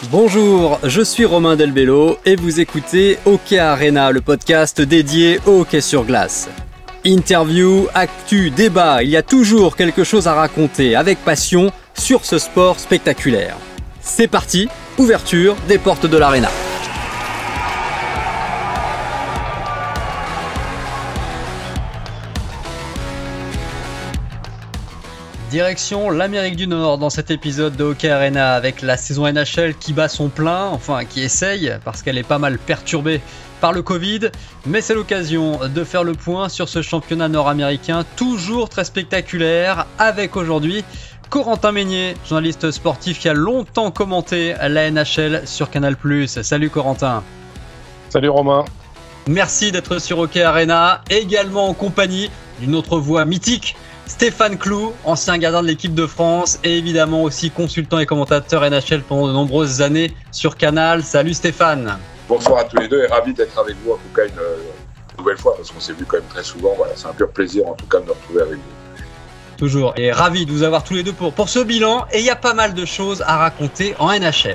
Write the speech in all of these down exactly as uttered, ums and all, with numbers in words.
Bonjour, je suis Romain Delbello et vous écoutez Hockey Arena, le podcast dédié au hockey sur glace. Interview, actu, débat, il y a toujours quelque chose à raconter avec passion sur ce sport spectaculaire. C'est parti, ouverture des portes de l'Arena. Direction l'Amérique du Nord dans cet épisode de Hockey Arena avec la saison N H L qui bat son plein, enfin qui essaye parce qu'elle est pas mal perturbée par le Covid, mais c'est l'occasion de faire le point sur ce championnat nord-américain toujours très spectaculaire avec aujourd'hui Corentin Meignier, journaliste sportif qui a longtemps commenté la N H L sur Canal plus. Salut Corentin. Salut Romain. Merci d'être sur Hockey Arena, également en compagnie d'une autre voix mythique, Stéphane Clou, ancien gardien de l'équipe de France et évidemment aussi consultant et commentateur N H L pendant de nombreuses années sur Canal. Salut Stéphane. Bonsoir à tous les deux et ravi d'être avec vous en tout cas une, une nouvelle fois parce qu'on s'est vu quand même très souvent. Voilà, c'est un pur plaisir en tout cas de me retrouver avec vous. Toujours et ravi de vous avoir tous les deux pour, pour ce bilan et il y a pas mal de choses à raconter en N H L.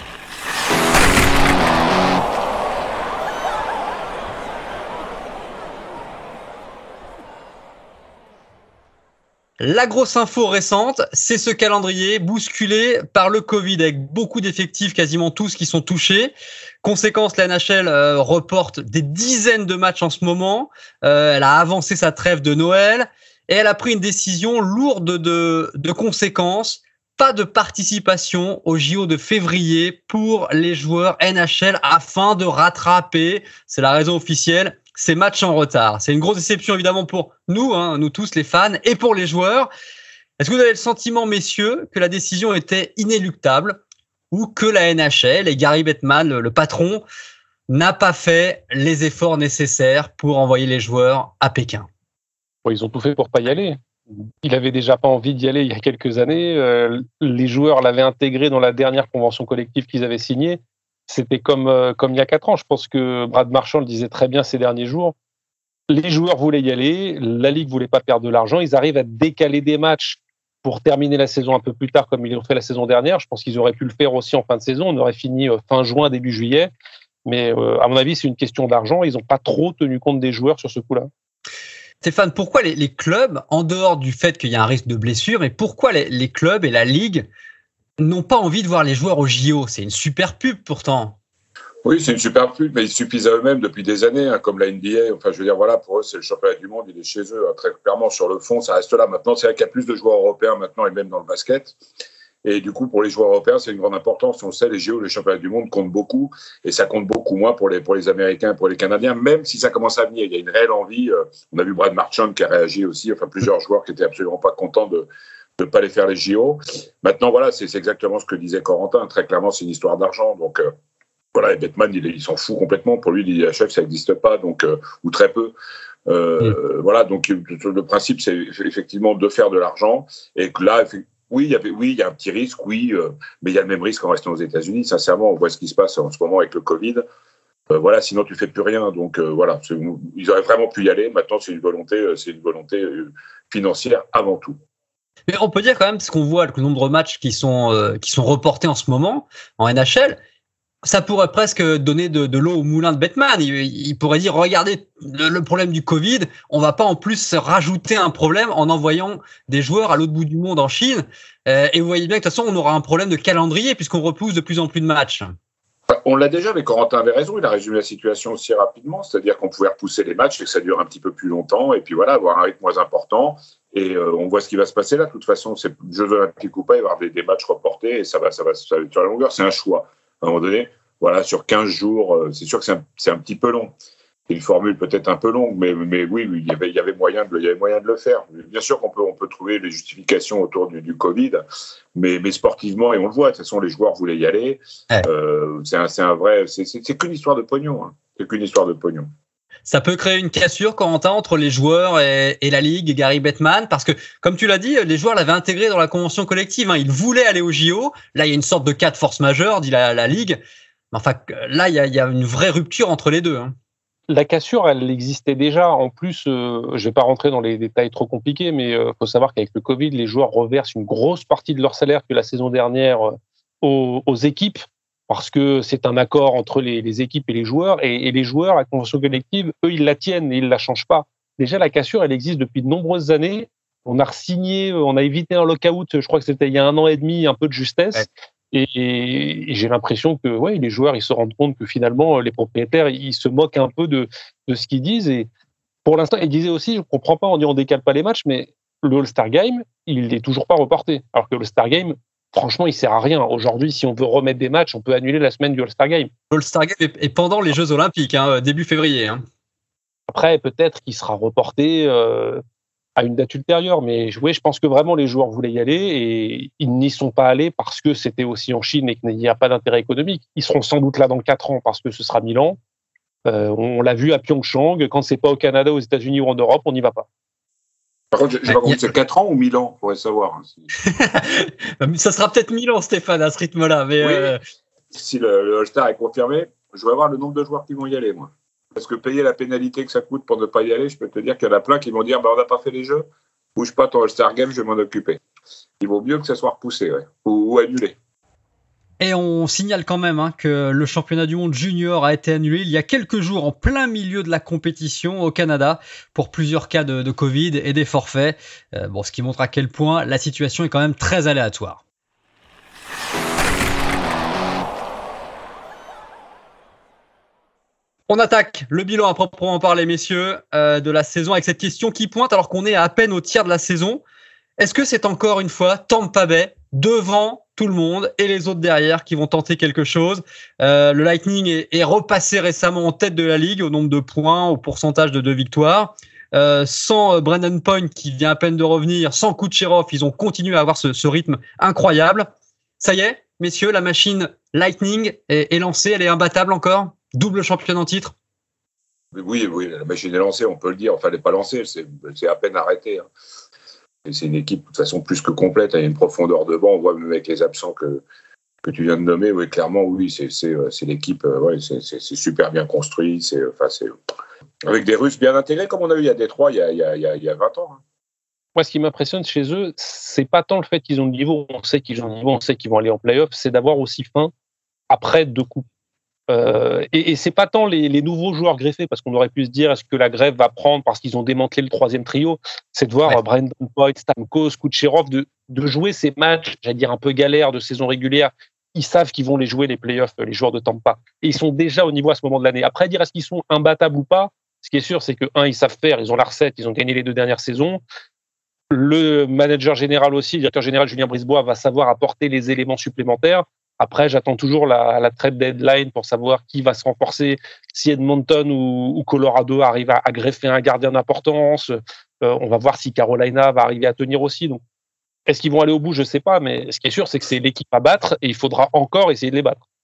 La grosse info récente, c'est ce calendrier bousculé par le Covid avec beaucoup d'effectifs, quasiment tous qui sont touchés. Conséquence, la N H L euh, reporte des dizaines de matchs en ce moment. Euh, elle a avancé sa trêve de Noël et elle a pris une décision lourde de, de conséquences. Pas de participation au J O de février pour les joueurs N H L afin de rattraper, c'est la raison officielle, ces matchs en retard. C'est une grosse déception évidemment pour nous, hein, nous tous les fans, et pour les joueurs. Est-ce que vous avez le sentiment, messieurs, que la décision était inéluctable ou que la N H L et Gary Bettman, le, le patron, n'a pas fait les efforts nécessaires pour envoyer les joueurs à Pékin? Bon, ils ont tout fait pour pas y aller. Il avait déjà pas envie d'y aller il y a quelques années. Euh, les joueurs l'avaient intégré dans la dernière convention collective qu'ils avaient signée. C'était comme, euh, comme il y a quatre ans. Je pense que Brad Marchand le disait très bien ces derniers jours. Les joueurs voulaient y aller, la Ligue voulait pas perdre de l'argent. Ils arrivent à décaler des matchs pour terminer la saison un peu plus tard comme ils l'ont fait la saison dernière. Je pense qu'ils auraient pu le faire aussi en fin de saison. On aurait fini euh, fin juin, début juillet. Mais euh, à mon avis, c'est une question d'argent. Ils n'ont pas trop tenu compte des joueurs sur ce coup-là. Stéphane, pourquoi les, les clubs, en dehors du fait qu'il y a un risque de blessure, mais pourquoi les, les clubs et la Ligue n'ont pas envie de voir les joueurs au J O? C'est une super pub pourtant. Oui, c'est une super pub, mais ils suffisent à eux-mêmes depuis des années, hein, comme la N B A. Enfin, je veux dire, voilà, pour eux, c'est le championnat du monde, il est chez eux. Hein, très clairement, sur le fond, ça reste là. Maintenant, c'est vrai qu'il y a plus de joueurs européens maintenant, et même dans le basket. Et du coup, pour les joueurs européens, c'est une grande importance. On sait, les J O, les championnats du monde comptent beaucoup, et ça compte beaucoup moins pour les, pour les Américains et pour les Canadiens, même si ça commence à venir. Il y a une réelle envie. Euh, on a vu Brad Marchand qui a réagi aussi, enfin, plusieurs joueurs qui étaient absolument pas contents de de ne pas les faire les J O. Maintenant, voilà, c'est, c'est exactement ce que disait Corentin. Très clairement, c'est une histoire d'argent. Donc, euh, voilà, et Bettman, il, il s'en fout complètement. Pour lui, l'I H F, ça n'existe pas, donc, euh, ou très peu. Euh, mmh. Voilà, donc le principe, c'est effectivement de faire de l'argent. Et que là, oui, il y avait, oui, il y a un petit risque, oui, euh, mais il y a le même risque en restant aux États-Unis. Sincèrement, on voit ce qui se passe en ce moment avec le Covid. Euh, voilà, sinon tu fais plus rien. Donc euh, voilà, c'est, ils auraient vraiment pu y aller. Maintenant, c'est une volonté, c'est une volonté financière avant tout. Mais on peut dire quand même, parce qu'on voit le nombre de matchs qui sont euh, qui sont reportés en ce moment en N H L, ça pourrait presque donner de, de l'eau au moulin de Bettman. Il, il pourrait dire, regardez le, le problème du Covid, on va pas en plus rajouter un problème en envoyant des joueurs à l'autre bout du monde en Chine. Euh, et vous voyez bien que de toute façon, on aura un problème de calendrier puisqu'on repousse de plus en plus de matchs. On l'a déjà, mais Corentin avait raison, il a résumé la situation aussi rapidement, c'est-à-dire qu'on pouvait repousser les matchs et que ça dure un petit peu plus longtemps, et puis voilà, avoir un rythme moins important, et euh, on voit ce qui va se passer là. De toute façon, c'est Jeux Olympiques ou pas, il va y avoir des, des matchs reportés, et ça va, ça va, ça va sur la longueur, c'est un choix. À un moment donné, voilà, sur quinze jours, euh, c'est sûr que c'est un, c'est un petit peu long. C'est une formule peut-être un peu longue, mais, mais oui, il y avait, il y avait moyen de, il y avait moyen de le faire. Bien sûr qu'on peut, on peut trouver les justifications autour du, du Covid, mais, mais sportivement, et on le voit, de toute façon, les joueurs voulaient y aller. Ouais. Euh, c'est un, c'est un vrai, c'est, c'est, c'est qu'une histoire de pognon, hein. C'est qu'une histoire de pognon. Ça peut créer une cassure, Corentin, entre les joueurs et, et la Ligue et Gary Bettman, parce que, comme tu l'as dit, les joueurs l'avaient intégré dans la convention collective, hein. Ils voulaient aller au J O. Là, il y a une sorte de cas de force majeure, dit la, la Ligue. Enfin, là, il y a, il y a une vraie rupture entre les deux, hein. La cassure, elle existait déjà. En plus, euh, je ne vais pas rentrer dans les détails trop compliqués, mais il euh, faut savoir qu'avec le Covid, les joueurs reversent une grosse partie de leur salaire que la saison dernière euh, aux, aux équipes. parce que c'est un accord entre les, les équipes et les joueurs, et, et les joueurs, la convention collective, eux, ils la tiennent et ils la changent pas. Déjà, la cassure, elle existe depuis de nombreuses années. On a re-signé, on a évité un lockout, je crois que c'était il y a un an et demi, un peu de justesse. Ouais. Et, et, et j'ai l'impression que ouais, les joueurs, ils se rendent compte que finalement, les propriétaires, ils se moquent un peu de, de ce qu'ils disent. Et pour l'instant, ils disaient aussi, je comprends pas, on dit on décale pas les matchs, mais le All-Star Game, il n'est toujours pas reporté. Alors que le All-Star Game, franchement, il sert à rien. Aujourd'hui, si on veut remettre des matchs, on peut annuler la semaine du All-Star Game. L'All-Star Game est pendant les Jeux Olympiques, hein, début février. Hein. Après, peut-être qu'il sera reporté euh, à une date ultérieure. Mais oui, je pense que vraiment les joueurs voulaient y aller et ils n'y sont pas allés parce que c'était aussi en Chine et qu'il n'y a pas d'intérêt économique. Ils seront sans doute là dans quatre ans parce que ce sera Milan. Euh, on l'a vu à Pyeongchang. Quand c'est pas au Canada, aux États-Unis ou en Europe, on n'y va pas. Par contre, je n'ai pas compris, c'est quatre ans ou Milan, on pourrait savoir. Hein, si... Ça sera peut-être Milan, Stéphane, à ce rythme-là. Mais oui, euh... si le, le All-Star est confirmé, je vais voir le nombre de joueurs qui vont y aller, moi. Parce que payer la pénalité que ça coûte pour ne pas y aller, je peux te dire qu'il y en a plein qui vont dire bah, on n'a pas fait les jeux, bouge pas ton All-Star Game, je vais m'en occuper. Il vaut mieux que ça soit repoussé ouais, ou, ou annulé. Et on signale quand même hein, que le championnat du monde junior a été annulé il y a quelques jours en plein milieu de la compétition au Canada pour plusieurs cas de, de Covid et des forfaits. Euh, bon, ce qui montre à quel point la situation est quand même très aléatoire. On attaque le bilan à proprement parler, messieurs, euh, de la saison avec cette question qui pointe alors qu'on est à, à peine au tiers de la saison. Est-ce que c'est encore une fois Tampa Bay devant tout le monde et les autres derrière qui vont tenter quelque chose? euh, Le Lightning est, est repassé récemment en tête de la ligue au nombre de points, au pourcentage de deux victoires. Euh, sans Brandon Point qui vient à peine de revenir, sans Kucherov, ils ont continué à avoir ce, ce rythme incroyable. Ça y est, messieurs, la machine Lightning est, est lancée, elle est imbattable encore? Double championne en titre? Oui, oui, la machine est lancée, on peut le dire. Enfin, elle n'est pas lancée, c'est, c'est à peine arrêté. Hein. Et c'est une équipe de toute façon plus que complète. Il y a une profondeur de banc. On voit même avec les absents que, que tu viens de nommer. Oui, clairement, oui, c'est, c'est, c'est l'équipe. Ouais, c'est, c'est, c'est super bien construit. C'est, enfin, c'est, avec des Russes bien intégrés, comme on a eu à Détroit il y a, il y a, il y a, il y a vingt ans. Hein. Moi, ce qui m'impressionne chez eux, c'est pas tant le fait qu'ils ont le niveau. On sait qu'ils ont le niveau, on sait qu'ils vont aller en play-off. C'est d'avoir aussi faim après deux coupes. Euh, et, et c'est pas tant les, les nouveaux joueurs greffés, parce qu'on aurait pu se dire est-ce que la grève va prendre parce qu'ils ont démantelé le troisième trio. C'est de voir ouais. Brandon Point, Stamkos, Kucherov de, de jouer ces matchs, j'allais dire un peu galères de saison régulière. Ils savent qu'ils vont les jouer les playoffs, les joueurs de Tampa. Et ils sont déjà au niveau à ce moment de l'année. Après, dire est-ce qu'ils sont imbattables ou pas, ce qui est sûr, c'est que un, ils savent faire, ils ont la recette, ils ont gagné les deux dernières saisons. Le manager général aussi, le directeur général Julien Brisebois va savoir apporter les éléments supplémentaires. Après, j'attends toujours la, la trade deadline pour savoir qui va se renforcer, si Edmonton ou, ou Colorado arrivent à, à greffer un gardien d'importance. Euh, on va voir si Carolina va arriver à tenir aussi. Donc, est-ce qu'ils vont aller au bout? Je ne sais pas, mais ce qui est sûr, c'est que c'est l'équipe à battre et il faudra encore essayer de les battre.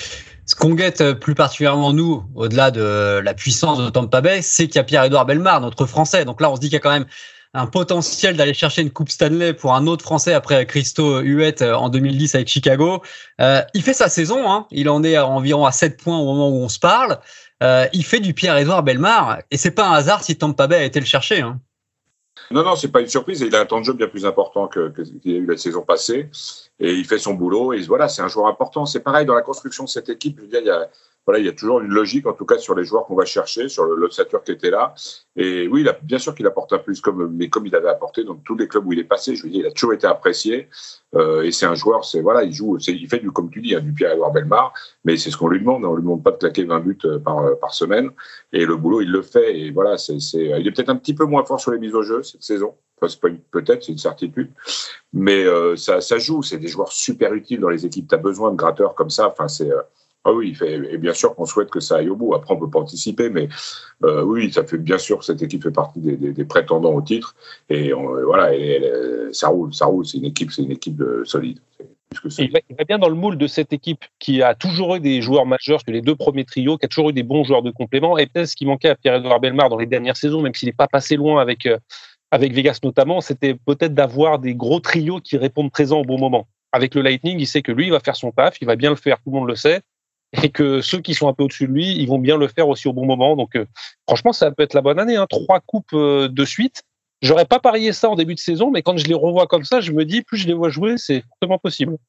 Ce qu'on guette plus particulièrement, nous, au-delà de la puissance de Tampa Bay, c'est qu'il y a Pierre-Édouard Bellemare, notre Français. Donc là, on se dit qu'il y a quand même un potentiel d'aller chercher une Coupe Stanley pour un autre Français après Christo Huet en deux mille dix avec Chicago. Euh, il fait sa saison, hein. Il en est à environ à sept points au moment où on se parle. Euh, il fait du Pierre-Édouard Bellemare et c'est pas un hasard si Tampa Bay a été le chercher. Hein. Non, non, c'est pas une surprise. Il a un temps de jeu bien plus important que, que qu'il a eu la saison passée et il fait son boulot. Et voilà, c'est un joueur important. C'est pareil dans la construction de cette équipe. Je veux dire, il y a Voilà, il y a toujours une logique, en tout cas, sur les joueurs qu'on va chercher, sur l'ossature qui était là. Et oui, il a, bien sûr qu'il apporte un plus, comme, mais comme il avait apporté dans tous les clubs où il est passé, je veux dire, il a toujours été apprécié. Euh, et c'est un joueur, c'est, voilà, il joue, c'est, il fait du, comme tu dis, hein, du Pierre-Édouard Bellemare, mais c'est ce qu'on lui demande. On lui demande pas de claquer vingt buts par, par semaine. Et le boulot, il le fait. Et voilà, c'est, c'est, il est peut-être un petit peu moins fort sur les mises au jeu cette saison. Enfin, c'est pas une, peut-être, c'est une certitude. Mais euh, ça, ça joue. C'est des joueurs super utiles dans les équipes. Tu as besoin de gratteurs comme ça. Enfin, c'est. Euh, Ah oui, il fait, et bien sûr qu'on souhaite que ça aille au bout. Après, on peut pas anticiper, mais euh, oui, ça fait bien sûr que cette équipe fait partie des, des, des prétendants au titre. Et on, voilà, elle, elle, ça roule, ça roule. C'est une équipe, c'est une équipe de, solide. Plus que solide. Il, va, il va bien dans le moule de cette équipe qui a toujours eu des joueurs majeurs sur les deux premiers trios, qui a toujours eu des bons joueurs de complément. Et peut-être ce qui manquait à Pierre-Édouard Bellemare dans les dernières saisons, même s'il n'est pas passé loin avec euh, avec Vegas notamment, c'était peut-être d'avoir des gros trios qui répondent présents au bon moment. Avec le Lightning, il sait que lui, il va faire son taf, il va bien le faire, tout le monde le sait. Et que ceux qui sont un peu au-dessus de lui, ils vont bien le faire aussi au bon moment. Donc, euh, franchement, ça peut être la bonne année. Hein. Trois coupes euh, de suite. J'aurais pas parié ça en début de saison, mais quand je les revois comme ça, je me dis, plus je les vois jouer, c'est fortement possible.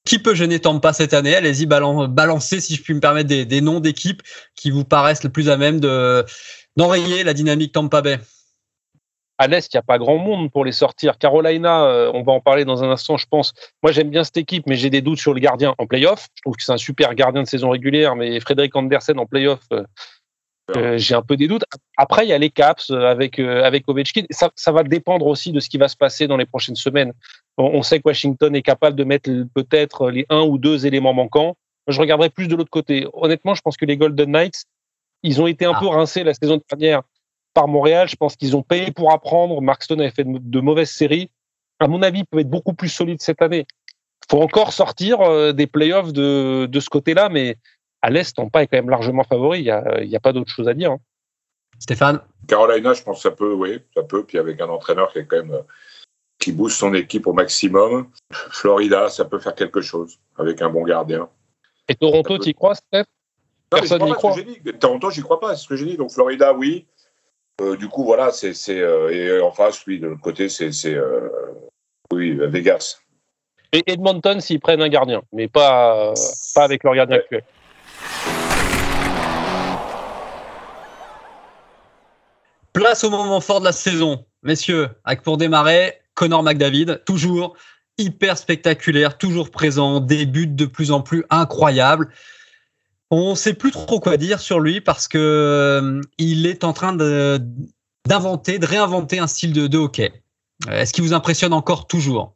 Qui peut gêner Tampa cette année? Allez-y, balan- balancez, si je puis me permettre, des, des noms d'équipes qui vous paraissent le plus à même de, d'enrayer la dynamique Tampa Bay. À l'Est, il n'y a pas grand monde pour les sortir. Carolina, euh, on va en parler dans un instant, je pense. Moi, j'aime bien cette équipe, mais j'ai des doutes sur le gardien en play-off. Je trouve que c'est un super gardien de saison régulière, mais Frédéric Andersen en play-off, euh, euh, j'ai un peu des doutes. Après, il y a les Caps avec, euh, avec Ovechkin. Ça, ça va dépendre aussi de ce qui va se passer dans les prochaines semaines. On, on sait que Washington est capable de mettre peut-être les un ou deux éléments manquants. Moi, je regarderai plus de l'autre côté. Honnêtement, je pense que les Golden Knights, ils ont été un ah. peu rincés la saison dernière par Montréal. Je pense qu'ils ont payé pour apprendre. Mark Stone avait fait de, de mauvaises séries. À mon avis, ils peuvent être beaucoup plus solides cette année. Il faut encore sortir euh, des playoffs de, de ce côté-là, mais à l'Est, Tampa est quand même largement favori. Il n'y a, il y a pas d'autre chose à dire. Hein. Stéphane? Carolina, je pense que ça peut, oui, ça peut. Puis avec un entraîneur qui est quand même qui booste son équipe au maximum. Florida, ça peut faire quelque chose avec un bon gardien. Et Toronto, tu y crois, Steph? Personne n'y croit. Toronto, j'y crois pas, c'est ce que j'ai dit. Donc Florida, oui. Euh, du coup, voilà, c'est, c'est euh, et en face, oui, de l'autre côté, c'est, c'est euh, oui, Vegas. Et Edmonton, s'ils prennent un gardien, mais pas, euh, pas avec leur gardien ouais. actuel. Place au moment fort de la saison, messieurs, avec pour démarrer, Connor McDavid, toujours hyper spectaculaire, toujours présent, des buts de plus en plus incroyables. On ne sait plus trop quoi dire sur lui parce que euh, il est en train de, d'inventer, de réinventer un style de, de hockey. Est-ce qu'il vous impressionne encore toujours?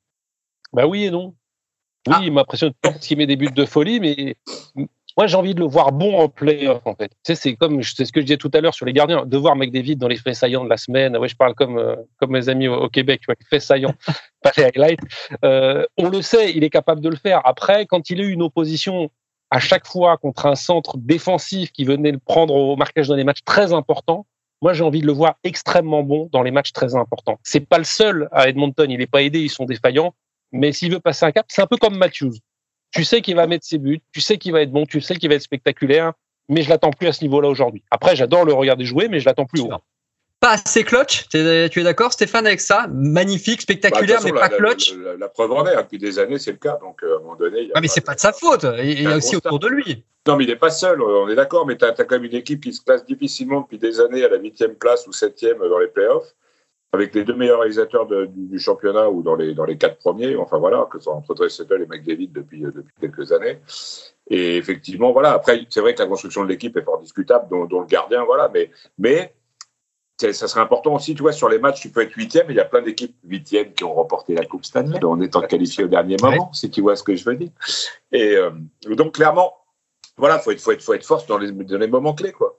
Bah oui et non. Oui, ah. il m'impressionne pas parce qu'il met des buts de folie, mais moi j'ai envie de le voir bon en play-off en fait. Tu sais, c'est comme c'est ce que je disais tout à l'heure sur les gardiens, de voir McDavid dans les faits saillants de la semaine. Ouais, je parle comme euh, comme mes amis au, au Québec, tu vois, les faits saillants, pas les highlights. Euh, on le sait, il est capable de le faire. Après, quand il a eu une opposition à chaque fois contre un centre défensif qui venait le prendre au marquage dans des matchs très importants, moi j'ai envie de le voir extrêmement bon dans les matchs très importants. C'est pas le seul à Edmonton, il est pas aidé, ils sont défaillants, mais s'il veut passer un cap, c'est un peu comme Matthews. Tu sais qu'il va mettre ses buts, tu sais qu'il va être bon, tu sais qu'il va être spectaculaire, mais je l'attends plus à ce niveau-là aujourd'hui. Après, j'adore le regarder jouer, mais je l'attends plus haut. Pas assez clutch, tu es d'accord Stéphane avec ça? Magnifique, spectaculaire, bah, façon, mais pas la, clutch. La, la, la preuve en est, depuis des années c'est le cas, donc euh, à un moment donné... Il y a ah, mais pas, c'est pas de sa faute, il y a aussi autour de lui. Non mais il n'est pas seul, on est d'accord, mais tu as quand même une équipe qui se classe difficilement depuis des années à la huitième place ou septième dans les playoffs, avec les deux meilleurs réalisateurs de, du, du championnat ou dans les, dans les quatre premiers, enfin voilà, que ce soit entre Draisaitl et McDavid depuis, depuis quelques années. Et effectivement, voilà, après c'est vrai que la construction de l'équipe est fort discutable, dont, dont le gardien, voilà, mais... mais ça serait important aussi, tu vois, sur les matchs, tu peux être huitième, et il y a plein d'équipes huitièmes qui ont remporté la Coupe Stanley en étant qualifiées au dernier moment, ouais. si tu vois ce que je veux dire. Et euh, donc, clairement, voilà, il faut être, faut être, faut être force dans les, dans les moments clés, quoi.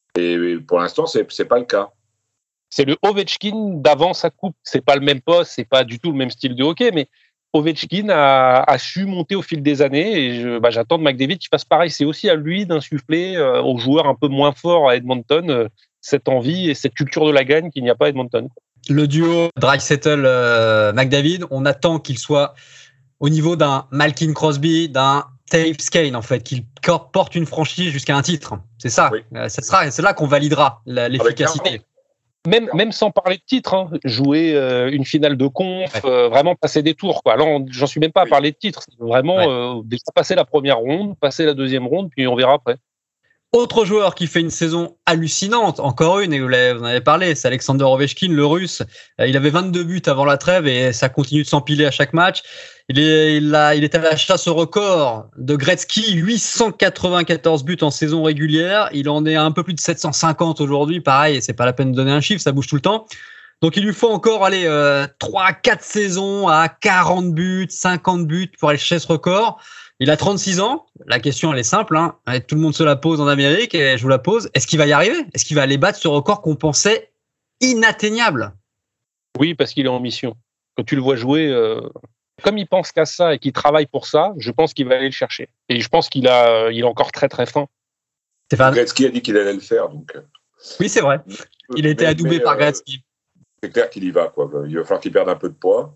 Et pour l'instant, c'est, c'est pas le cas. C'est le Ovechkin d'avant sa coupe. C'est pas le même poste, c'est pas du tout le même style de hockey, mais Ovechkin a, a su monter au fil des années, et je, bah, j'attends de McDavid qu'il fasse pareil. C'est aussi à lui d'insuffler euh, aux joueurs un peu moins forts à Edmonton euh, cette envie et cette culture de la gagne qu'il n'y a pas à Edmonton. Le duo Draisaitl-McDavid, on attend qu'il soit au niveau d'un Malkin Crosby, d'un Taves Kane, en fait, qu'il porte une franchise jusqu'à un titre. C'est ça. Oui. Ce sera, c'est là qu'on validera la, l'efficacité. Même, même sans parler de titre, hein, jouer euh, une finale de conf, ouais. euh, vraiment passer des tours, quoi. Là, on, j'en suis même pas à parler de titre. C'est vraiment ouais. euh, déjà passer la première ronde, passer la deuxième ronde, puis on verra après. Autre joueur qui fait une saison hallucinante, encore une, et vous, vous en avez parlé, c'est Alexander Ovechkin, le Russe. Il avait vingt-deux buts avant la trêve et ça continue de s'empiler à chaque match. Il est, il a, il est à la chasse au record de Gretzky, huit cent quatre-vingt-quatorze buts en saison régulière. Il en est à un peu plus de sept cent cinquante aujourd'hui. Pareil, c'est pas la peine de donner un chiffre, ça bouge tout le temps. Donc il lui faut encore aller euh, trois quatre saisons à quarante buts, cinquante buts pour aller chercher ce record. Il a trente-six ans. La question, elle est simple, hein. Tout le monde se la pose en Amérique et je vous la pose. Est-ce qu'il va y arriver? Est-ce qu'il va aller battre ce record qu'on pensait inatteignable? Oui, parce qu'il est en mission. Quand tu le vois jouer, euh, comme il pense qu'à ça et qu'il travaille pour ça, je pense qu'il va aller le chercher. Et je pense qu'il a, il est encore très très fin. Stéphane? Gretzky a dit qu'il allait le faire, donc. Oui, c'est vrai. Il a été adoubé par Gretzky. Euh, c'est clair qu'il y va, quoi. Il va falloir qu'il perde un peu de poids.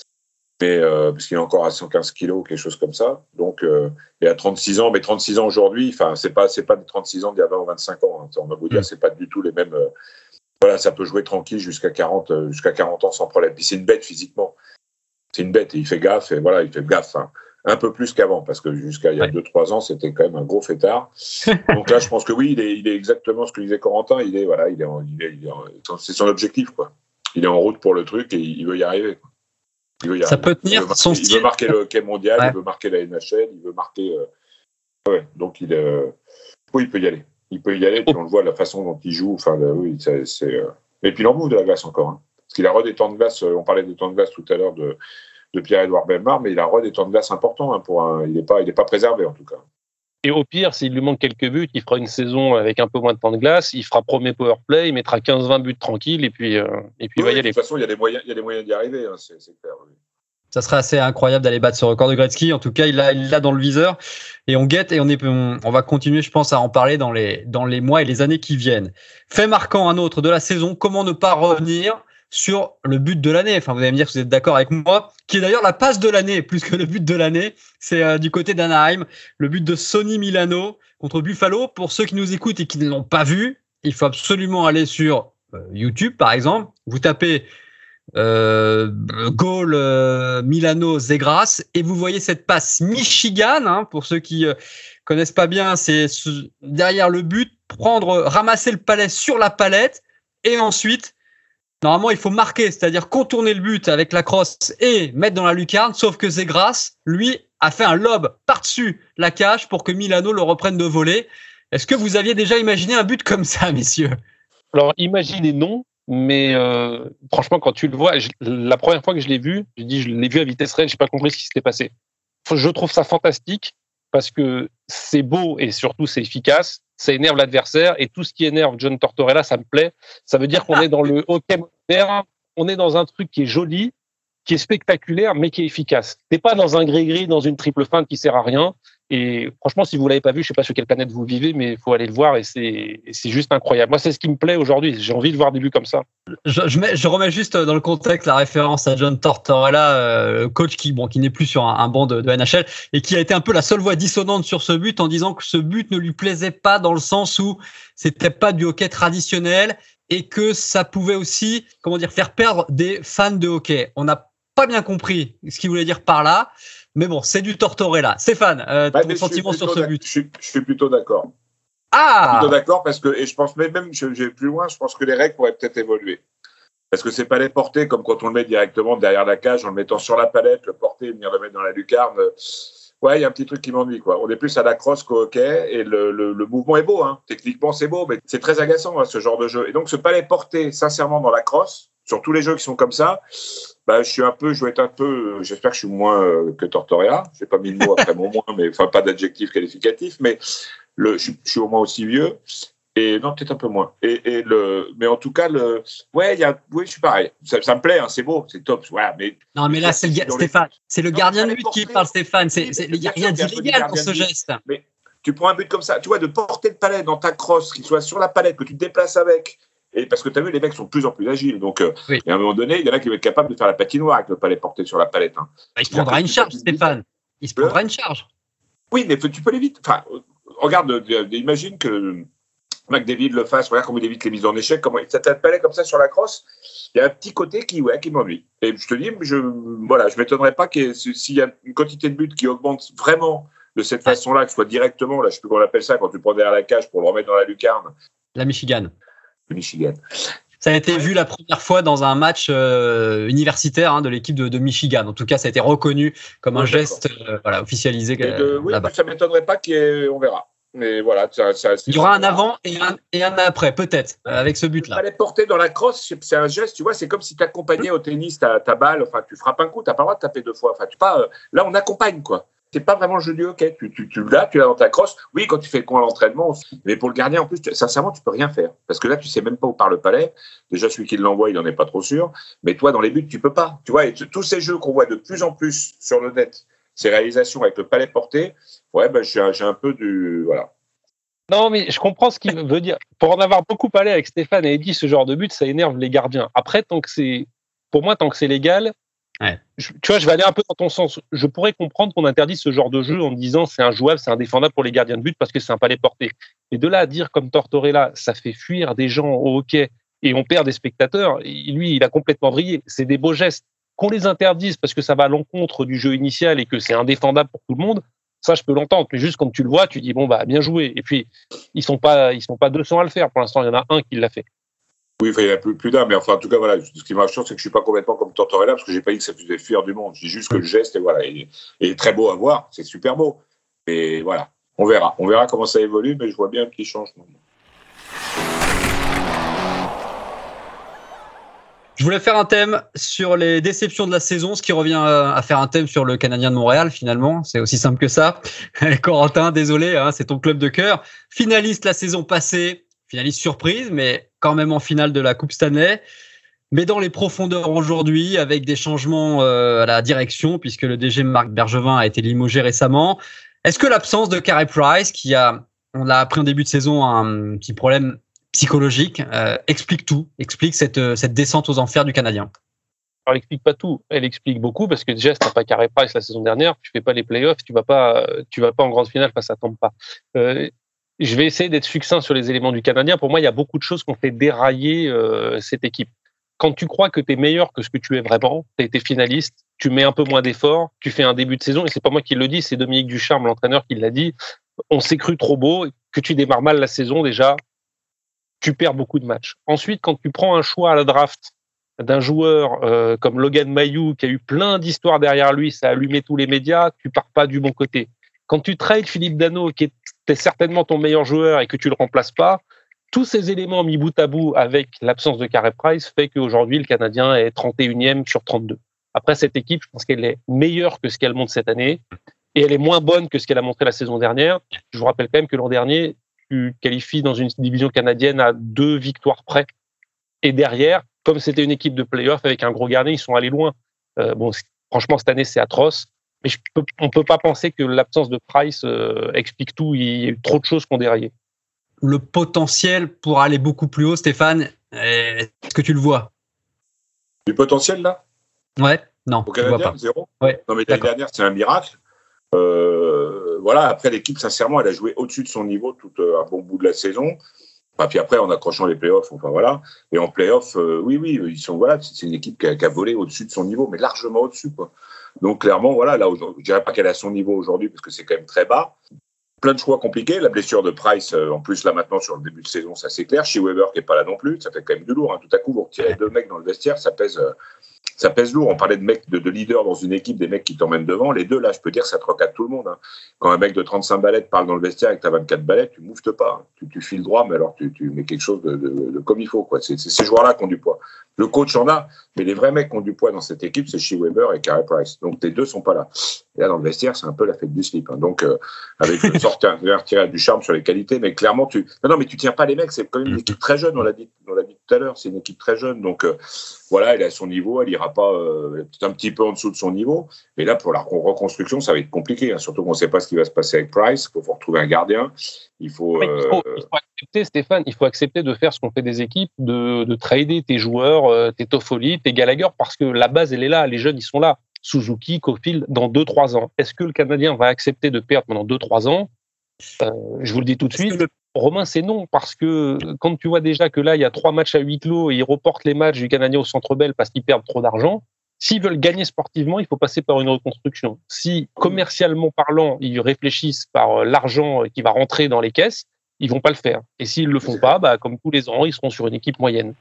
Mais euh, parce qu'il est encore à cent quinze kilos, quelque chose comme ça. Donc, euh, et à trente-six ans, mais trente-six ans aujourd'hui, enfin, c'est pas, c'est pas des trente-six ans d'il y a vingt ou vingt-cinq ans. Hein. On va vous dire, mmh. c'est pas du tout les mêmes. Euh, voilà, ça peut jouer tranquille jusqu'à quarante, euh, jusqu'à quarante ans sans problème. Puis c'est une bête physiquement. c'est une bête et il fait gaffe et voilà, il fait gaffe. Hein. Un peu plus qu'avant, parce que jusqu'à il y a deux trois ans, c'était quand même un gros fêtard. Donc là, je pense que oui, il est, il est exactement ce que disait Corentin. Il est, voilà, il est, en, il est, il est en, c'est son objectif, quoi. Il est en route pour le truc et il veut y arriver. Quoi. Il veut y Ça arriver. peut tenir il marquer, son il style. Il veut marquer le hockey mondial, ouais. il veut marquer la N H L, il veut marquer. Euh... Ouais, donc il, euh... oui, il peut y aller. Il peut y aller. Puis on le voit la façon dont il joue. Enfin, là, oui, c'est. c'est euh... Et puis l'embouche de la glace encore. Hein. Parce qu'il a re des temps de glace. On parlait des temps de glace tout à l'heure de. de Pierre-Édouard Bellemare, mais il a re des temps de glace importants. Hein, pour un... Il n'est pas, il est pas préservé, en tout cas. Et au pire, s'il lui manque quelques buts, il fera une saison avec un peu moins de temps de glace, il fera premier power play, il mettra quinze vingt buts tranquilles, et puis, euh, et puis oui, il va y aller. De toute façon, il y a des moyens, il y a des moyens d'y arriver, hein, c'est, c'est clair. Oui. Ça serait assez incroyable d'aller battre ce record de Gretzky. En tout cas, il l'a, il l'a dans le viseur. Et on guette et on, est, on, on va continuer, je pense, à en parler dans les, dans les mois et les années qui viennent. Fait marquant un autre de la saison, comment ne pas revenir sur le but de l'année. Enfin, vous allez me dire que vous êtes d'accord avec moi, qui est d'ailleurs la passe de l'année, plus que le but de l'année. C'est euh, du côté d'Anaheim, le but de Sonny Milano contre Buffalo. Pour ceux qui nous écoutent et qui ne l'ont pas vu, il faut absolument aller sur euh, YouTube, par exemple. Vous tapez euh, goal euh, Milano Zegras et vous voyez cette passe Michigan. Hein, pour ceux qui euh, connaissent pas bien, c'est ce, derrière le but, prendre, ramasser le palais sur la palette et ensuite normalement, il faut marquer, c'est-à-dire contourner le but avec la crosse et mettre dans la lucarne, sauf que Zegras, lui, a fait un lob par-dessus la cage pour que Milano le reprenne de volée. Est-ce que vous aviez déjà imaginé un but comme ça, messieurs ? Alors, imaginez non, mais euh, franchement, quand tu le vois, je, la première fois que je l'ai vu, je dis, je l'ai vu à vitesse réelle, je n'ai pas compris ce qui s'était passé. Je trouve ça fantastique parce que c'est beau et surtout c'est efficace. Ça énerve l'adversaire et tout ce qui énerve John Tortorella, ça me plaît. Ça veut dire qu'on est dans le hockey moderne, on est dans un truc qui est joli, qui est spectaculaire, mais qui est efficace. T'es pas dans un gris-gris, dans une triple feinte qui sert à rien. Et franchement, si vous l'avez pas vu, je sais pas sur quelle planète vous vivez, mais il faut aller le voir et c'est, et c'est juste incroyable. Moi, c'est ce qui me plaît aujourd'hui. J'ai envie de voir des buts comme ça. Je, je, mets, je remets juste dans le contexte la référence à John Tortorella, euh, coach qui, bon, qui n'est plus sur un, un banc de, de N H L et qui a été un peu la seule voix dissonante sur ce but en disant que ce but ne lui plaisait pas dans le sens où c'était pas du hockey traditionnel et que ça pouvait aussi, comment dire, faire perdre des fans de hockey. On n'a pas bien compris ce qu'il voulais dire par là. Mais bon, c'est du Tortorella. Stéphane, euh, bah, ton sentiment sur ce but ? Je suis, je suis plutôt d'accord. Ah Je suis plutôt d'accord parce que, et je pense même, même je, j'ai plus loin, je pense que les règles pourraient peut-être évoluer. Parce que c'est pas les porter comme quand on le met directement derrière la cage en le mettant sur la palette, le porter, venir le mettre dans la lucarne. Ouais, il y a un petit truc qui m'ennuie, quoi. On est plus à la crosse qu'au hockey et le, le, le mouvement est beau, hein. Techniquement, c'est beau, mais c'est très agaçant, hein, ce genre de jeu. Et donc, ce pas les porter sincèrement dans la crosse, sur tous les jeux qui sont comme ça, bah, je suis un peu, je vais être un peu, j'espère que je suis moins euh, que Tortorella. J'ai pas mis le mot après mon moins, mais enfin, pas d'adjectif qualificatif, mais le, je, je suis au moins aussi vieux. Et non, peut-être un peu moins. Et, et le, mais en tout cas, le, ouais, il y a, oui, je suis pareil. Ça, ça me plaît, hein, c'est beau, c'est top. Ouais, mais non, mais là, c'est le ga- Stéphane, les... c'est le non, gardien de but qui parle, Stéphane. C'est, c'est, il n'y a rien d'illégal pour ce geste. Mais tu prends un but comme ça, tu vois, de porter le palais dans ta crosse, qu'il soit sur la palette, que tu te déplaces avec. Et parce que tu as vu, les mecs sont de plus en plus agiles. Donc, euh, oui. Et à un moment donné, il y en a qui vont être capables de faire la patinoire avec le palais porté sur la palette. Hein. Bah, il se prendra une charge, Stéphane. Il se prendra une charge. Oui, mais tu peux l'éviter. Enfin, regarde, imagine que McDavid le fasse. Regarde comment il évite les mises en échec. Comment ça te palais comme ça sur la crosse. Il y a un petit côté qui, ouais, qui m'ennuie. Et je te dis, je, voilà, je m'étonnerais pas qu'il y ait, s'il y a une quantité de buts qui augmente vraiment de cette façon-là, que ce soit directement, là, je sais plus comment on appelle ça, quand tu le prends derrière la cage pour le remettre dans la lucarne. La Michigan. Le Michigan. Ça a été ouais. vu la première fois dans un match euh, universitaire hein, de l'équipe de, de Michigan. En tout cas, ça a été reconnu comme ouais, un geste euh, voilà, officialisé euh, oui, là-bas. Ça ne m'étonnerait pas qu'il y ait, on verra. Mais voilà, ça, ça, il y aura un avant et un, et un après, peut-être, ouais. avec ce but-là. Aller porter dans la crosse, c'est un geste, tu vois, c'est comme si tu accompagnais au tennis ta, ta balle, enfin, tu frappes un coup, tu n'as pas le droit de taper deux fois. Enfin, tu pas, euh, là, on accompagne, quoi. C'est pas vraiment le jeu du hockey. Tu, tu, tu l'as, tu l'as dans ta crosse. Oui, quand tu fais le con à l'entraînement, mais pour le gardien, en plus, tu, sincèrement, tu peux rien faire. Parce que là, tu sais même pas où part le palais. Déjà, celui qui l'envoie, il en est pas trop sûr. Mais toi, dans les buts, tu peux pas. Tu vois, et t- tous ces jeux qu'on voit de plus en plus sur le net, ces réalisations avec le palais porté, ouais, ben, j'ai, j'ai un peu du, voilà. Non, mais je comprends ce qu'il veut dire. Pour en avoir beaucoup parlé avec Stéphane et Eddy, ce genre de but, ça énerve les gardiens. Après, tant que c'est, pour moi, tant que c'est légal, ouais. je, tu vois, je vais aller un peu dans ton sens. Je pourrais comprendre qu'on interdise ce genre de jeu en disant c'est injouable, c'est indéfendable pour les gardiens de but parce que c'est un palais porté. Mais de là à dire comme Tortorella, ça fait fuir des gens au hockey et on perd des spectateurs, lui, il a complètement vrillé. C'est des beaux gestes. Qu'on les interdise parce que ça va à l'encontre du jeu initial et que c'est indéfendable pour tout le monde, ça, je peux l'entendre. Mais juste quand tu le vois, tu dis, bon, bah, bien joué. Et puis, ils sont pas, ils sont pas deux cents à le faire. Pour l'instant, il y en a un qui l'a fait. Oui, il y en a plus, plus d'un, mais enfin, en tout cas, voilà, ce qui m'a c'est que je ne suis pas complètement comme Tortorella, parce que je n'ai pas dit que ça faisait fuir du monde. Je dis juste que le geste est, voilà, est, est très beau à voir, c'est super beau. Mais voilà, on verra. On verra comment ça évolue, mais je vois bien un petit changement. Je voulais faire un thème sur les déceptions de la saison, ce qui revient à faire un thème sur le Canadien de Montréal, finalement. C'est aussi simple que ça. Corentin, désolé, hein, c'est ton club de cœur. Finaliste la saison passée, finaliste surprise, mais quand même en finale de la Coupe Stanley. Mais dans les profondeurs aujourd'hui, avec des changements euh, à la direction, puisque le D G Marc Bergevin a été limogé récemment. Est-ce que l'absence de Carey Price, qui a, on l'a appris en début de saison, un petit problème psychologique, euh, explique tout, explique cette, cette descente aux enfers du Canadien? Alors, elle explique pas tout. Elle explique beaucoup parce que déjà, si t'as pas Carey Price la saison dernière, tu fais pas les playoffs, tu vas pas, tu vas pas en grande finale face à Tampa. Euh, je vais essayer d'être succinct sur les éléments du Canadien. Pour moi, il y a beaucoup de choses qui ont fait dérailler euh, cette équipe. Quand tu crois que tu es meilleur que ce que tu es vraiment, tu as été finaliste, tu mets un peu moins d'efforts, tu fais un début de saison, et c'est pas moi qui le dis, c'est Dominique Ducharme, l'entraîneur, qui l'a dit. On s'est cru trop beau, que tu démarres mal la saison déjà, tu perds beaucoup de matchs. Ensuite, quand tu prends un choix à la draft d'un joueur euh, comme Logan Mailloux, qui a eu plein d'histoires derrière lui, ça a allumé tous les médias, tu pars pas du bon côté. Quand tu trades Philippe Danault, qui était certainement ton meilleur joueur et que tu le remplaces pas, tous ces éléments mis bout à bout avec l'absence de Carey Price fait qu'aujourd'hui, le Canadien est trente et unième sur trente-deux. Après, cette équipe, je pense qu'elle est meilleure que ce qu'elle montre cette année et elle est moins bonne que ce qu'elle a montré la saison dernière. Je vous rappelle quand même que l'an dernier, tu qualifies dans une division canadienne à deux victoires près. Et derrière, comme c'était une équipe de play-off avec un gros gardien, ils sont allés loin. Euh, bon, franchement, cette année, c'est atroce. Mais je peux, on ne peut pas penser que l'absence de Price euh, explique tout. Il y a eu trop de choses qui ont déraillé. Le potentiel pour aller beaucoup plus haut, Stéphane, est-ce que tu le vois? Du potentiel, là? Ouais, non. Au Canadien, zéro? Ouais, non, mais l'année dernière, c'est un miracle. Euh, voilà, après, l'équipe, sincèrement, elle a joué au-dessus de son niveau tout euh, un bon bout de la saison. Enfin, puis après, en accrochant les playoffs, enfin voilà. Et en playoffs, euh, oui, oui, ils sont, voilà, c'est une équipe qui a, qui a volé au-dessus de son niveau, mais largement au-dessus, quoi. Donc, clairement, voilà, là, je dirais pas qu'elle est à son niveau aujourd'hui, parce que c'est quand même très bas. Plein de choix compliqués. La blessure de Price, euh, en plus, là, maintenant, sur le début de saison, ça c'est clair. Shea Weber qui n'est pas là non plus, ça fait quand même du lourd. Hein. Tout à coup, vous retirez deux mecs dans le vestiaire, ça pèse, euh, ça pèse lourd. On parlait de mecs, de, de leaders dans une équipe, des mecs qui t'emmènent devant. Les deux, là, je peux dire, ça te recadre tout le monde. Hein. Quand un mec de trente-cinq ballettes parle dans le vestiaire et que tu as vingt-quatre ballettes, tu mouftes pas. Hein. Tu, tu files droit, mais alors tu, tu mets quelque chose de, de, de comme il faut. Quoi. C'est, c'est ces joueurs-là qui ont du poids. Le coach en a, mais les vrais mecs qui ont du poids dans cette équipe, c'est Shea Weber et Carey Price. Donc, les deux sont pas là. Et là, dans le vestiaire, c'est un peu la fête du slip. Hein. Donc, euh, avec le sortir, retirer du charme sur les qualités, mais clairement, tu, non, non, mais tu tiens pas les mecs. C'est quand même une équipe très jeune. On l'a dit, on l'a dit tout à l'heure. C'est une équipe très jeune. Donc, euh, voilà, elle est à son niveau. Elle ira pas, euh, peut-être un petit peu en dessous de son niveau. Mais là, pour la reconstruction, ça va être compliqué. Hein. Surtout qu'on ne sait pas ce qui va se passer avec Price. Il faut retrouver un gardien. Il faut, euh... il faut, il faut accepter, Stéphane, il faut accepter de faire ce qu'on fait des équipes, de, de trader tes joueurs, euh, tes Toffoli, tes Gallagher, parce que la base, elle est là. Les jeunes, ils sont là. Suzuki, Caulfield, dans deux trois ans. Est-ce que le Canadien va accepter de perdre pendant deux trois ans? euh, Je vous le dis tout de Est-ce suite. Le... Romain, c'est non, parce que quand tu vois déjà que là, il y a trois matchs à huis clos et ils reportent les matchs du Canadien au Centre Bell parce qu'ils perdent trop d'argent, s'ils veulent gagner sportivement, il faut passer par une reconstruction. Si, commercialement parlant, ils réfléchissent par l'argent qui va rentrer dans les caisses, ils vont pas le faire. Et s'ils le font pas, bah, comme tous les ans, ils seront sur une équipe moyenne.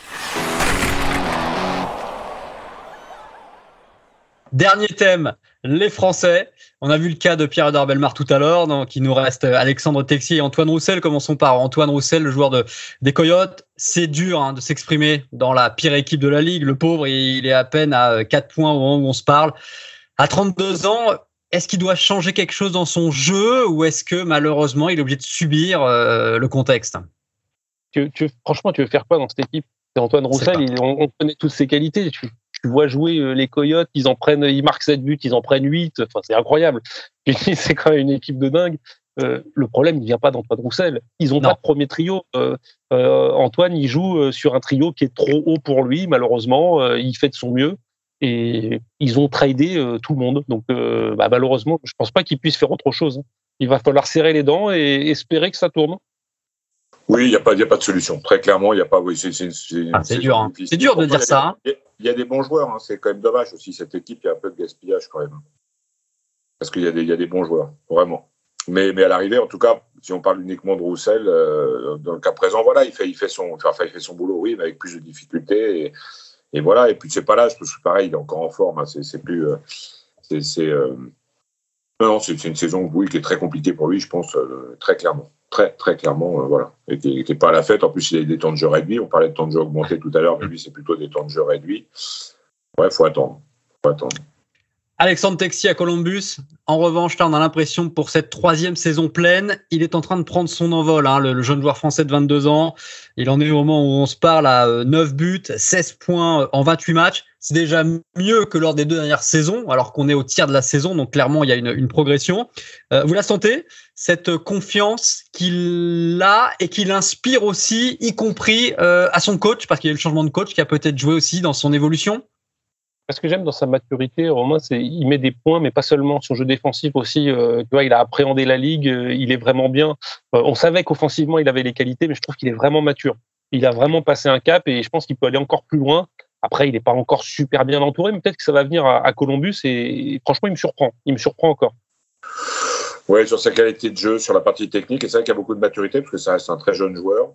Dernier thème, les Français. On a vu le cas de Pierre-Edouard Bellemare tout à l'heure, donc il nous reste Alexandre Texier et Antoine Roussel. Commençons par Antoine Roussel, le joueur de, des Coyotes. C'est dur hein, de s'exprimer dans la pire équipe de la Ligue. Le pauvre, il est à peine à quatre points au moment où on se parle. À trente-deux ans, est-ce qu'il doit changer quelque chose dans son jeu ou est-ce que malheureusement, il est obligé de subir euh, le contexte? tu, tu, Franchement, tu veux faire quoi dans cette équipe? C'est Antoine Roussel, il, on, on connaît toutes ses qualités. Tu, Tu vois jouer les Coyotes, ils en prennent, ils marquent sept buts, ils en prennent huit. Enfin, c'est incroyable. C'est quand même une équipe de dingue. Euh, le problème, il vient pas d'Antoine Roussel. Ils ont non. pas de premier trio. Euh, euh, Antoine, il joue sur un trio qui est trop haut pour lui, malheureusement. Euh, il fait de son mieux. Et ils ont tradé euh, tout le monde. Donc, euh, bah, malheureusement, je pense pas qu'il puisse faire autre chose. Il va falloir serrer les dents et espérer que ça tourne. Oui, il n'y a pas, il y a pas de solution. Très clairement, il n'y a pas. Oui, c'est, c'est, c'est, ah, c'est dur. Hein. C'est dur de dire ça. Il y, y a des bons joueurs. Hein. C'est quand même dommage aussi cette équipe. Il y a un peu de gaspillage quand même, parce qu'il y a des, il y a des bons joueurs, vraiment. Mais, mais à l'arrivée, en tout cas, si on parle uniquement de Roussel, euh, dans le cas présent, voilà, il fait, il fait son, enfin, il fait son boulot, oui, mais avec plus de difficultés. Et, et voilà. Et puis c'est pas l'âge, parce que pareil, il est encore en forme. Hein. C'est, c'est plus, euh, c'est, c'est euh... non, c'est, c'est une saison, oui, qui est très compliquée pour lui, je pense, euh, très clairement. Très, très clairement, euh, voilà. Il n'était pas à la fête. En plus, il a des temps de jeu réduits. On parlait de temps de jeu augmentés tout à l'heure, mais lui, c'est plutôt des temps de jeu réduits. Ouais, il faut attendre. faut attendre. Alexandre Texier à Columbus. En revanche, là, on a l'impression que pour cette troisième saison pleine, il est en train de prendre son envol. Hein, le, le jeune joueur français de vingt-deux ans. Il en est au moment où on se parle à euh, neuf buts, seize points en vingt-huit matchs. C'est déjà mieux que lors des deux dernières saisons, alors qu'on est au tiers de la saison. Donc, clairement, il y a une, une progression. Euh, vous la sentez, cette confiance qu'il a et qu'il inspire aussi, y compris euh, à son coach, parce qu'il y a eu le changement de coach qui a peut-être joué aussi dans son évolution? Ce que j'aime dans sa maturité, Romain, c'est qu'il met des points, mais pas seulement. Son jeu défensif aussi, euh, tu vois, il a appréhendé la ligue, euh, il est vraiment bien. Euh, on savait qu'offensivement, il avait les qualités, mais je trouve qu'il est vraiment mature. Il a vraiment passé un cap et je pense qu'il peut aller encore plus loin. Après, il n'est pas encore super bien entouré, mais peut-être que ça va venir à, à Columbus et, et franchement, il me surprend. Il me surprend encore. Oui, sur sa qualité de jeu, sur la partie technique, et c'est vrai qu'il y a beaucoup de maturité parce que ça reste un très jeune joueur.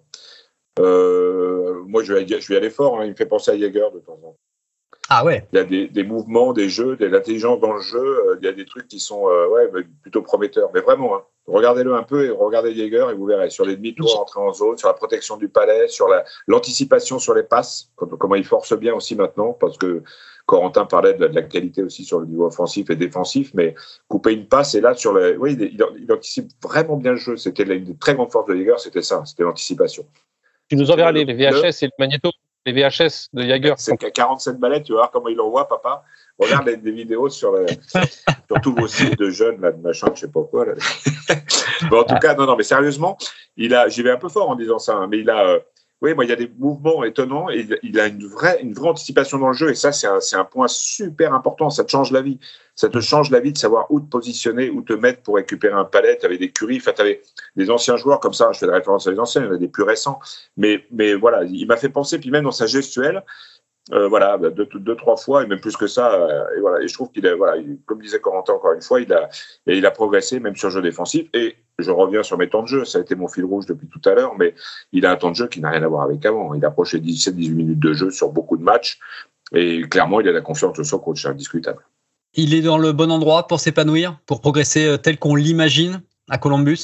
Euh, moi, je vais, je vais aller fort. Hein. Il me fait penser à Jäger de temps en temps. Ah ouais. Il y a des, des mouvements, des jeux, de l'intelligence dans le jeu. Euh, il y a des trucs qui sont euh, ouais, plutôt prometteurs. Mais vraiment, hein, regardez-le un peu et regardez Jäger et vous verrez. Sur les demi-tours, entrée en zone, sur la protection du palais, sur la, l'anticipation sur les passes, comment il force bien aussi maintenant, parce que Corentin parlait de la, de la qualité aussi sur le niveau offensif et défensif, mais couper une passe et là, sur le, oui, il, il anticipe vraiment bien le jeu. C'était une des très grandes forces de Jäger, c'était ça, c'était l'anticipation. Tu nous enverras les V H S le, et le magnéto. Les V H S de Jäger. C'est qu'à quarante-sept ballettes, tu vas voir comment il envoie, papa. Regarde les, des vidéos sur, le, sur tous vos sites de jeunes, là, de machin, je sais pas quoi. Là. Bon, en tout cas, non, non, mais sérieusement, il a, j'y vais un peu fort en disant ça, hein, mais il a, euh, oui, moi, il y a des mouvements étonnants et il, il a une vraie, une vraie anticipation dans le jeu et ça, c'est un, c'est un point super important. Ça te change la vie. Ça te change la vie de savoir où te positionner, où te mettre pour récupérer un palais. Tu avais des Curry, enfin, tu avais des anciens joueurs comme ça. Je fais de référence à les anciens, il y en a des plus récents. Mais, mais voilà, il m'a fait penser, puis même dans sa gestuelle, euh, voilà, deux, deux, trois fois, et même plus que ça. Euh, et voilà, et je trouve qu'il a, voilà, il, comme disait Corentin encore une fois, il a, et il a progressé même sur le jeu défensif. Et je reviens sur mes temps de jeu, ça a été mon fil rouge depuis tout à l'heure, mais il a un temps de jeu qui n'a rien à voir avec avant. Il approche les dix-sept dix-huit minutes de jeu sur beaucoup de matchs. Et clairement, il a la confiance de son coach, c'est indiscutable. Il est dans le bon endroit pour s'épanouir, pour progresser tel qu'on l'imagine à Columbus?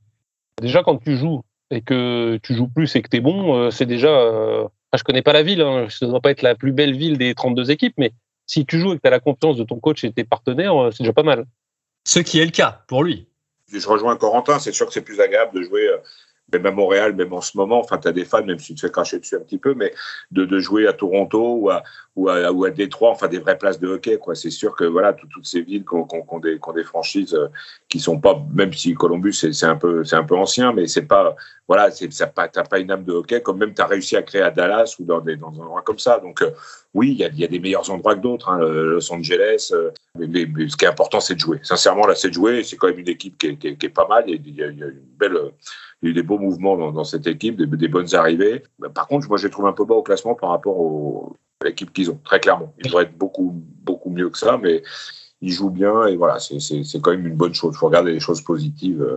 Déjà, quand tu joues et que tu joues plus et que tu es bon, euh, c'est déjà... Euh, je connais pas la ville, hein, ça ne doit pas être la plus belle ville des trente-deux équipes, mais si tu joues et que tu as la confiance de ton coach et de tes partenaires, euh, c'est déjà pas mal. Ce qui est le cas pour lui. Je rejoins Corentin, c'est sûr que c'est plus agréable de jouer... Euh... même à Montréal, même en ce moment, enfin, tu as des fans, même si tu te fais cracher dessus un petit peu, mais de, de jouer à Toronto ou à, ou à, ou à Détroit, enfin, des vraies places de hockey, quoi. C'est sûr que, voilà, tout, toutes ces villes qui ont, qui ont, qui ont, des, qui ont des franchises euh, qui sont pas, même si Columbus, c'est, c'est un peu, c'est un peu ancien, mais c'est pas, voilà, c'est, ça pas, t'as pas une âme de hockey, comme même t'as réussi à créer à Dallas ou dans des, dans un endroit comme ça. Donc, euh, oui, il y a, y a des meilleurs endroits que d'autres, hein, Los Angeles, euh, mais, mais, mais ce qui est important, c'est de jouer. Sincèrement, là, c'est de jouer. C'est quand même une équipe qui est, qui est, qui est pas mal. Il y a, il y a une belle, il y a eu des beaux mouvements dans, dans cette équipe, des, des bonnes arrivées. Par contre, moi, je les trouve un peu bas au classement par rapport au, à l'équipe qu'ils ont, très clairement. Ils devraient être beaucoup, beaucoup mieux que ça, mais ils jouent bien et voilà, c'est, c'est, c'est quand même une bonne chose. Il faut regarder les choses positives.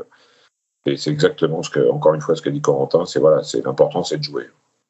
Et c'est exactement ce que, encore une fois, ce qu'a dit Corentin. C'est voilà, c'est l'important, c'est de jouer.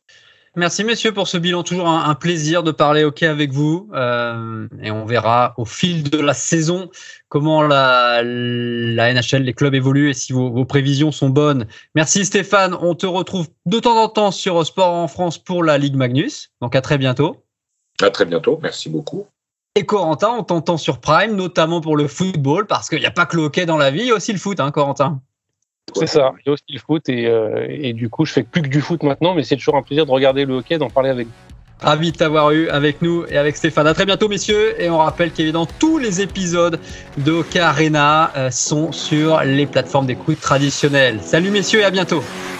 Merci messieurs pour ce bilan, toujours un, un plaisir de parler hockey avec vous euh, et on verra au fil de la saison comment la, la N H L, les clubs évoluent et si vos, vos prévisions sont bonnes. Merci Stéphane, on te retrouve de temps en temps sur Sport en France pour la Ligue Magnus, donc à très bientôt. À très bientôt, merci beaucoup. Et Corentin, on t'entend sur Prime, notamment pour le football, parce qu'il n'y a pas que le hockey dans la vie, il y a aussi le foot, hein Corentin. C'est ça, il y a aussi le foot et, euh, et du coup je fais plus que du foot maintenant, mais c'est toujours un plaisir de regarder le hockey, d'en parler avec vous. Ravi de t'avoir eu avec nous et avec Stéphane. À très bientôt messieurs, et on rappelle qu'évidemment tous les épisodes de Hockey Arena euh, sont sur les plateformes d'écoute traditionnelles. Salut messieurs et à bientôt.